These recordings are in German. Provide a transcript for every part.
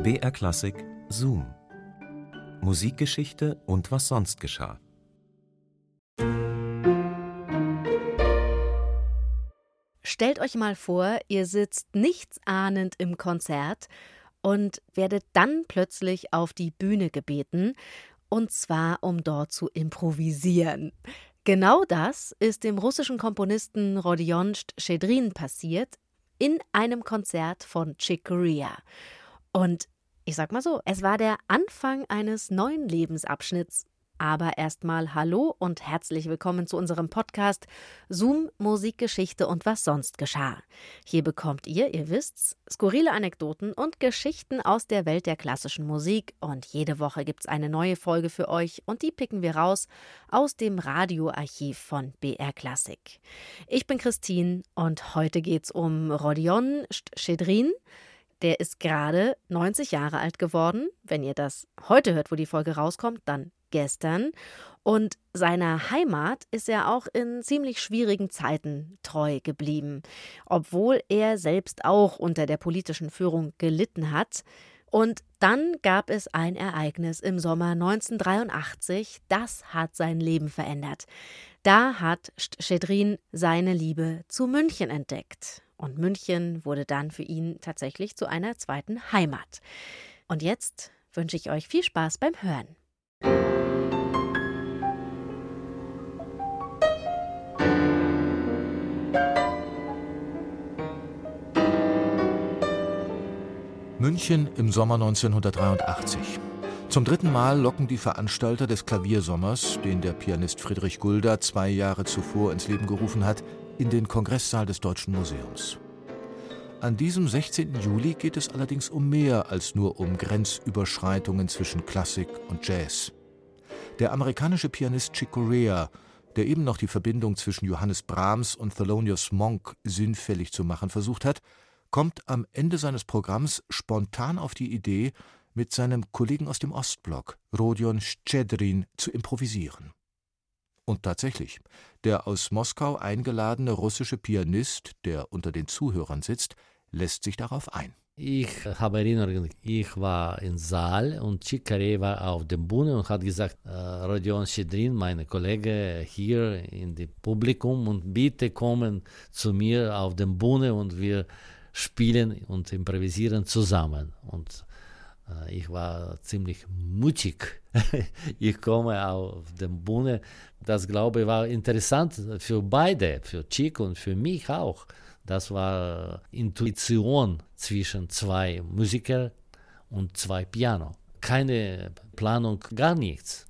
BR Klassik Zoom. Musikgeschichte und was sonst geschah. Stellt euch mal vor, ihr sitzt nichtsahnend im Konzert und werdet dann plötzlich auf die Bühne gebeten, und zwar um dort zu improvisieren. Genau das ist dem russischen Komponisten Rodion Chtschedrin passiert in einem Konzert von Chick Corea. Und ich sag mal so, es war der Anfang eines neuen Lebensabschnitts. Aber erstmal hallo und herzlich willkommen zu unserem Podcast Zoom, Musikgeschichte und was sonst geschah. Hier bekommt ihr wisst's, skurrile Anekdoten und Geschichten aus der Welt der klassischen Musik. Und jede Woche gibt's eine neue Folge für euch und die picken wir raus aus dem Radioarchiv von BR Klassik. Ich bin Christine und heute geht's um Rodion Chtschedrin. Der ist gerade 90 Jahre alt geworden. Wenn ihr das heute hört, wo die Folge rauskommt, dann gestern. Und seiner Heimat ist er auch in ziemlich schwierigen Zeiten treu geblieben, obwohl er selbst auch unter der politischen Führung gelitten hat. Und dann gab es ein Ereignis im Sommer 1983, das hat sein Leben verändert. Da hat Chtschedrin seine Liebe zu München entdeckt. Und München wurde dann für ihn tatsächlich zu einer zweiten Heimat. Und jetzt wünsche ich euch viel Spaß beim Hören. München im Sommer 1983. Zum dritten Mal locken die Veranstalter des Klaviersommers, den der Pianist Friedrich Gulda 2 Jahre zuvor ins Leben gerufen hat, in den Kongresssaal des Deutschen Museums. An diesem 16. Juli geht es allerdings um mehr als nur um Grenzüberschreitungen zwischen Klassik und Jazz. Der amerikanische Pianist Chick Corea, der eben noch die Verbindung zwischen Johannes Brahms und Thelonious Monk sinnfällig zu machen versucht hat, kommt am Ende seines Programms spontan auf die Idee, mit seinem Kollegen aus dem Ostblock, Rodion Chtschedrin, zu improvisieren. Und tatsächlich, der aus Moskau eingeladene russische Pianist, der unter den Zuhörern sitzt, lässt sich darauf ein. Ich habe Erinnerungen, ich war im Saal und Chick Corea war auf der Bühne und hat gesagt, Rodion Chtschedrin, mein Kollege, hier in dem Publikum und bitte kommen zu mir auf der Bühne und wir spielen und improvisieren zusammen. Und ich war ziemlich mutig. Ich komme auf die Bühne. Das, glaube ich, war interessant für beide, für Chick und für mich auch. Das war Intuition zwischen 2 Musikern und 2 Piano. Keine Planung, gar nichts.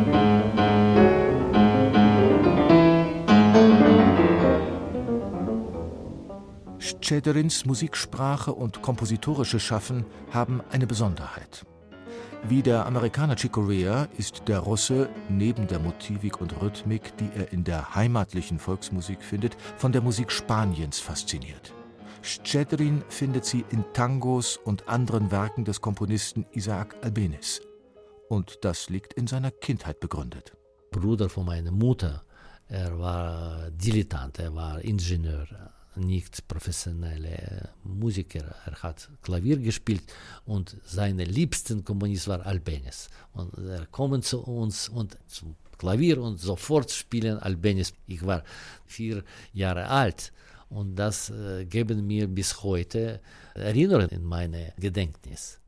Chtschedrins Musiksprache und kompositorische Schaffen haben eine Besonderheit. Wie der Amerikaner Chick Corea ist der Russe neben der Motivik und Rhythmik, die er in der heimatlichen Volksmusik findet, von der Musik Spaniens fasziniert. Chtschedrin findet sie in Tangos und anderen Werken des Komponisten Isaac Albéniz. Und das liegt in seiner Kindheit begründet. Bruder von meiner Mutter, er war Dilettant, er war Ingenieur, nicht professionelle Musiker. Er hat Klavier gespielt und sein liebster Komponist war Albéniz. Und er kommt zu uns und zum Klavier und sofort spielen Albéniz. Ich war 4 Jahre alt und das geben mir bis heute Erinnerungen in meine Gedächtnis.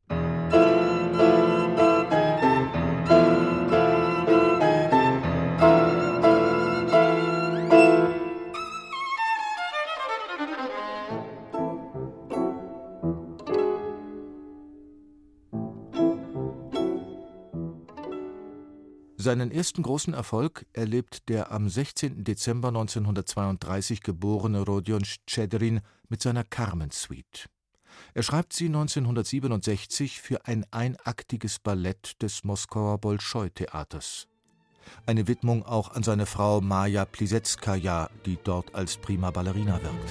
Seinen ersten großen Erfolg erlebt der am 16. Dezember 1932 geborene Rodion Chtschedrin mit seiner Carmen-Suite. Er schreibt sie 1967 für ein einaktiges Ballett des Moskauer Bolschoi-Theaters. Eine Widmung auch an seine Frau Maja Plisetskaja, die dort als prima Ballerina wirkt.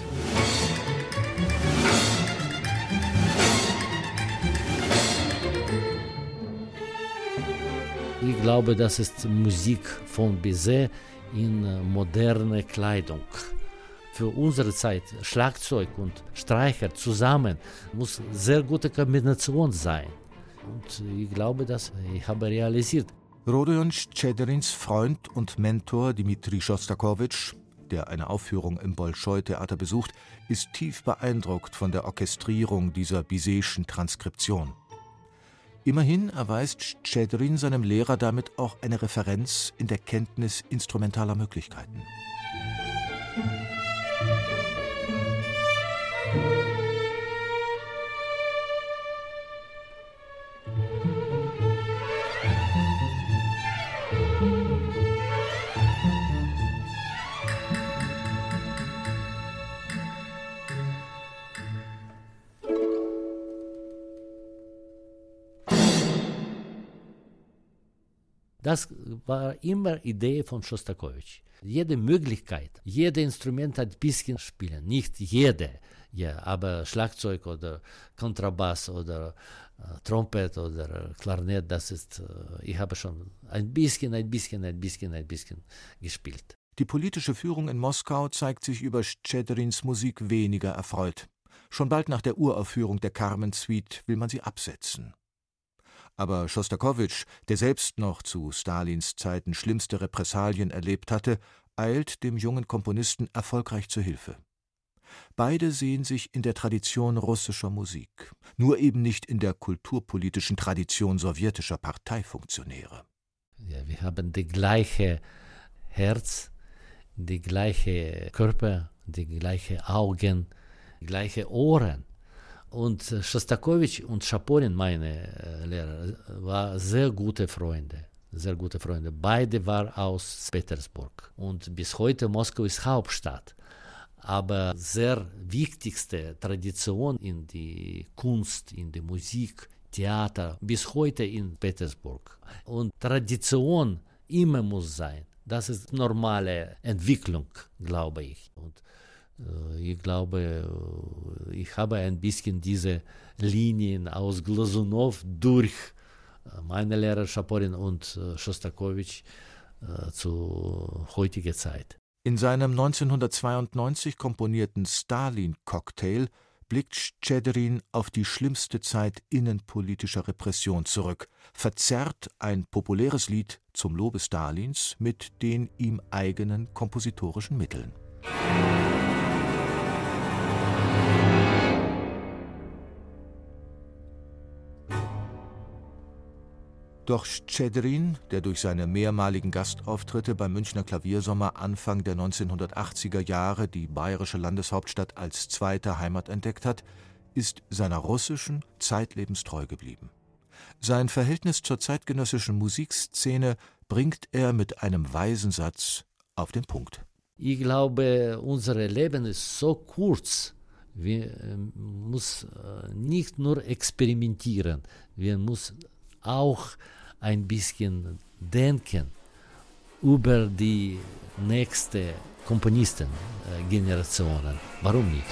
Ich glaube, das ist Musik von Bizet in moderne Kleidung. Für unsere Zeit Schlagzeug und Streicher zusammen muss sehr gute Kombination sein. Und ich glaube, dass ich habe realisiert. Rodion Schtschederins Freund und Mentor Dmitri Schostakowitsch, der eine Aufführung im Bolschoi-Theater besucht, ist tief beeindruckt von der Orchestrierung dieser Bizet'schen Transkription. Immerhin erweist Schtschederin seinem Lehrer damit auch eine Referenz in der Kenntnis instrumentaler Möglichkeiten. Das war immer Idee von Schostakowitsch. Jede Möglichkeit, jedes Instrument ein bisschen spielen. Nicht jede, ja, aber Schlagzeug oder Kontrabass oder Trompet oder Klarinett, das ist, ich habe schon ein bisschen gespielt. Die politische Führung in Moskau zeigt sich über Schtschederins Musik weniger erfreut. Schon bald nach der Uraufführung der Carmen-Suite will man sie absetzen. Aber Schostakowitsch, der selbst noch zu Stalins Zeiten schlimmste Repressalien erlebt hatte, eilt dem jungen Komponisten erfolgreich zur Hilfe. Beide sehen sich in der Tradition russischer Musik, nur eben nicht in der kulturpolitischen Tradition sowjetischer Parteifunktionäre. Ja, wir haben das gleiche Herz, die gleiche Körper, die gleichen Augen, die gleichen Ohren. Und Schostakowitsch und Schaporin, meine Lehrer, waren sehr gute Freunde. Beide waren aus Petersburg. Und bis heute Moskau ist Hauptstadt. Aber sehr wichtigste Tradition in die Kunst, in die Musik, Theater, bis heute in Petersburg. Und Tradition immer muss sein. Das ist normale Entwicklung, glaube ich. Und ich glaube, ich habe ein bisschen diese Linien aus Glasunow durch meine Lehrer Schaporin und Schostakowitsch zu heutiger Zeit. In seinem 1992 komponierten Stalin-Cocktail blickt Schtschederin auf die schlimmste Zeit innenpolitischer Repression zurück, verzerrt ein populäres Lied zum Lobe Stalins mit den ihm eigenen kompositorischen Mitteln. Doch Schtschederin, der durch seine mehrmaligen Gastauftritte beim Münchner Klaviersommer Anfang der 1980er Jahre die bayerische Landeshauptstadt als zweite Heimat entdeckt hat, ist seiner russischen zeitlebens treu geblieben. Sein Verhältnis zur zeitgenössischen Musikszene bringt er mit einem weisen Satz auf den Punkt. Ich glaube, unser Leben ist so kurz. Wir müssen nicht nur experimentieren, wir müssen auch ein bisschen denken über die nächste Komponistengenerationen. Warum nicht?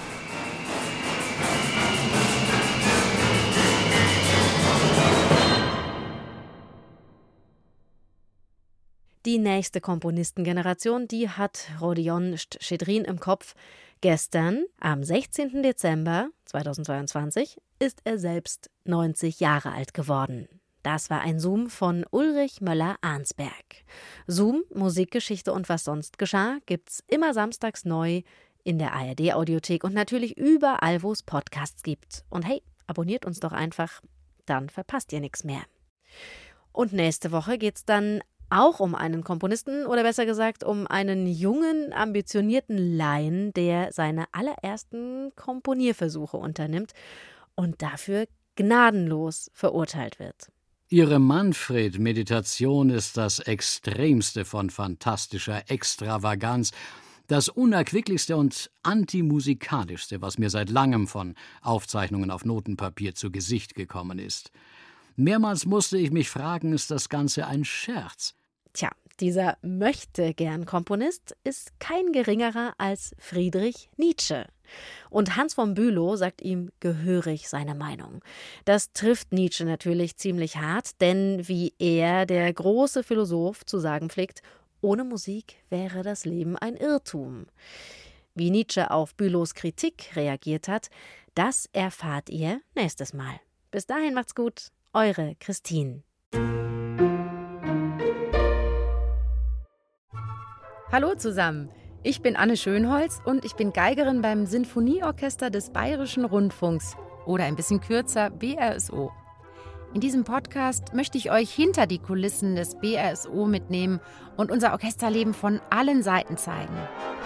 Die nächste Komponistengeneration, die hat Rodion Schtschederin im Kopf. Gestern, am 16. Dezember 2022, ist er selbst 90 Jahre alt geworden. Das war ein Zoom von Ulrich Möller-Arnsberg. Zoom, Musikgeschichte und was sonst geschah, gibt's immer samstags neu in der ARD-Audiothek und natürlich überall, wo es Podcasts gibt. Und hey, abonniert uns doch einfach, dann verpasst ihr nichts mehr. Und nächste Woche geht's dann auch um einen Komponisten oder besser gesagt um einen jungen, ambitionierten Laien, der seine allerersten Komponierversuche unternimmt und dafür gnadenlos verurteilt wird. Ihre Manfred-Meditation ist das Extremste von fantastischer Extravaganz, das Unerquicklichste und antimusikalischste, was mir seit langem von Aufzeichnungen auf Notenpapier zu Gesicht gekommen ist. Mehrmals musste ich mich fragen, ist das Ganze ein Scherz? Tja, dieser Möchtegern-Komponist ist kein geringerer als Friedrich Nietzsche. Und Hans von Bülow sagt ihm gehörig seine Meinung. Das trifft Nietzsche natürlich ziemlich hart, denn wie er, der große Philosoph, zu sagen pflegt, ohne Musik wäre das Leben ein Irrtum. Wie Nietzsche auf Bülows Kritik reagiert hat, das erfahrt ihr nächstes Mal. Bis dahin macht's gut. eure Christine. Hallo zusammen, ich bin Anne Schönholz und ich bin Geigerin beim Sinfonieorchester des Bayerischen Rundfunks oder ein bisschen kürzer BRSO. In diesem Podcast möchte ich euch hinter die Kulissen des BRSO mitnehmen und unser Orchesterleben von allen Seiten zeigen.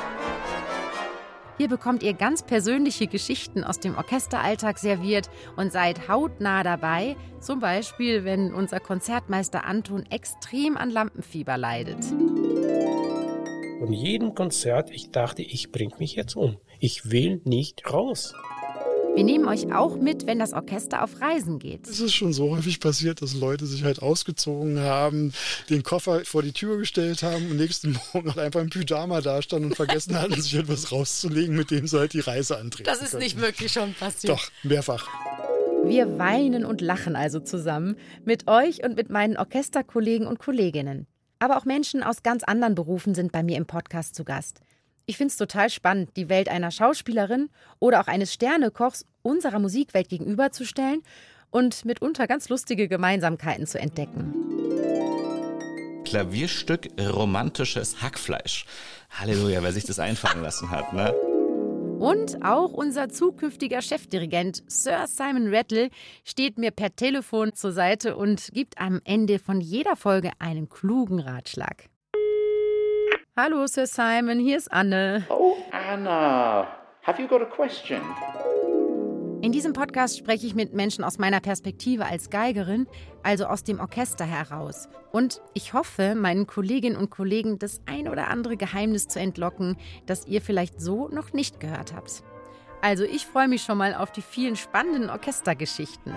Hier bekommt ihr ganz persönliche Geschichten aus dem Orchesteralltag serviert und seid hautnah dabei, zum Beispiel, wenn unser Konzertmeister Anton extrem an Lampenfieber leidet. Von jedem Konzert, ich dachte, ich bringe mich jetzt um. Ich will nicht raus. Wir nehmen euch auch mit, wenn das Orchester auf Reisen geht. Es ist schon so häufig passiert, dass Leute sich halt ausgezogen haben, den Koffer vor die Tür gestellt haben und nächsten Morgen halt einfach im Pyjama dastanden und vergessen hatten, sich etwas rauszulegen, mit dem sie halt die Reise antreten Das ist können. nicht wirklich schon passiert. Doch, mehrfach. Wir weinen und lachen also zusammen mit euch und mit meinen Orchesterkollegen und Kolleginnen. Aber auch Menschen aus ganz anderen Berufen sind bei mir im Podcast zu Gast. Ich finde es total spannend, die Welt einer Schauspielerin oder auch eines Sternekochs unserer Musikwelt gegenüberzustellen und mitunter ganz lustige Gemeinsamkeiten zu entdecken. Klavierstück romantisches Hackfleisch. Halleluja, wer sich das einfallen lassen hat, ne? Und auch unser zukünftiger Chefdirigent Sir Simon Rattle steht mir per Telefon zur Seite und gibt am Ende von jeder Folge einen klugen Ratschlag. Hallo Sir Simon, hier ist Anne. Oh, Anna, have you got a question? In diesem Podcast spreche ich mit Menschen aus meiner Perspektive als Geigerin, also aus dem Orchester heraus. Und ich hoffe, meinen Kolleginnen und Kollegen das ein oder andere Geheimnis zu entlocken, das ihr vielleicht so noch nicht gehört habt. Also ich freue mich schon mal auf die vielen spannenden Orchestergeschichten.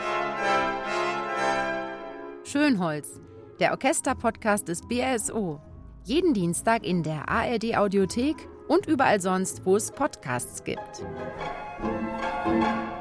Schönholz, der Orchester-Podcast des BRSO. Jeden Dienstag in der ARD-Audiothek und überall sonst, wo es Podcasts gibt.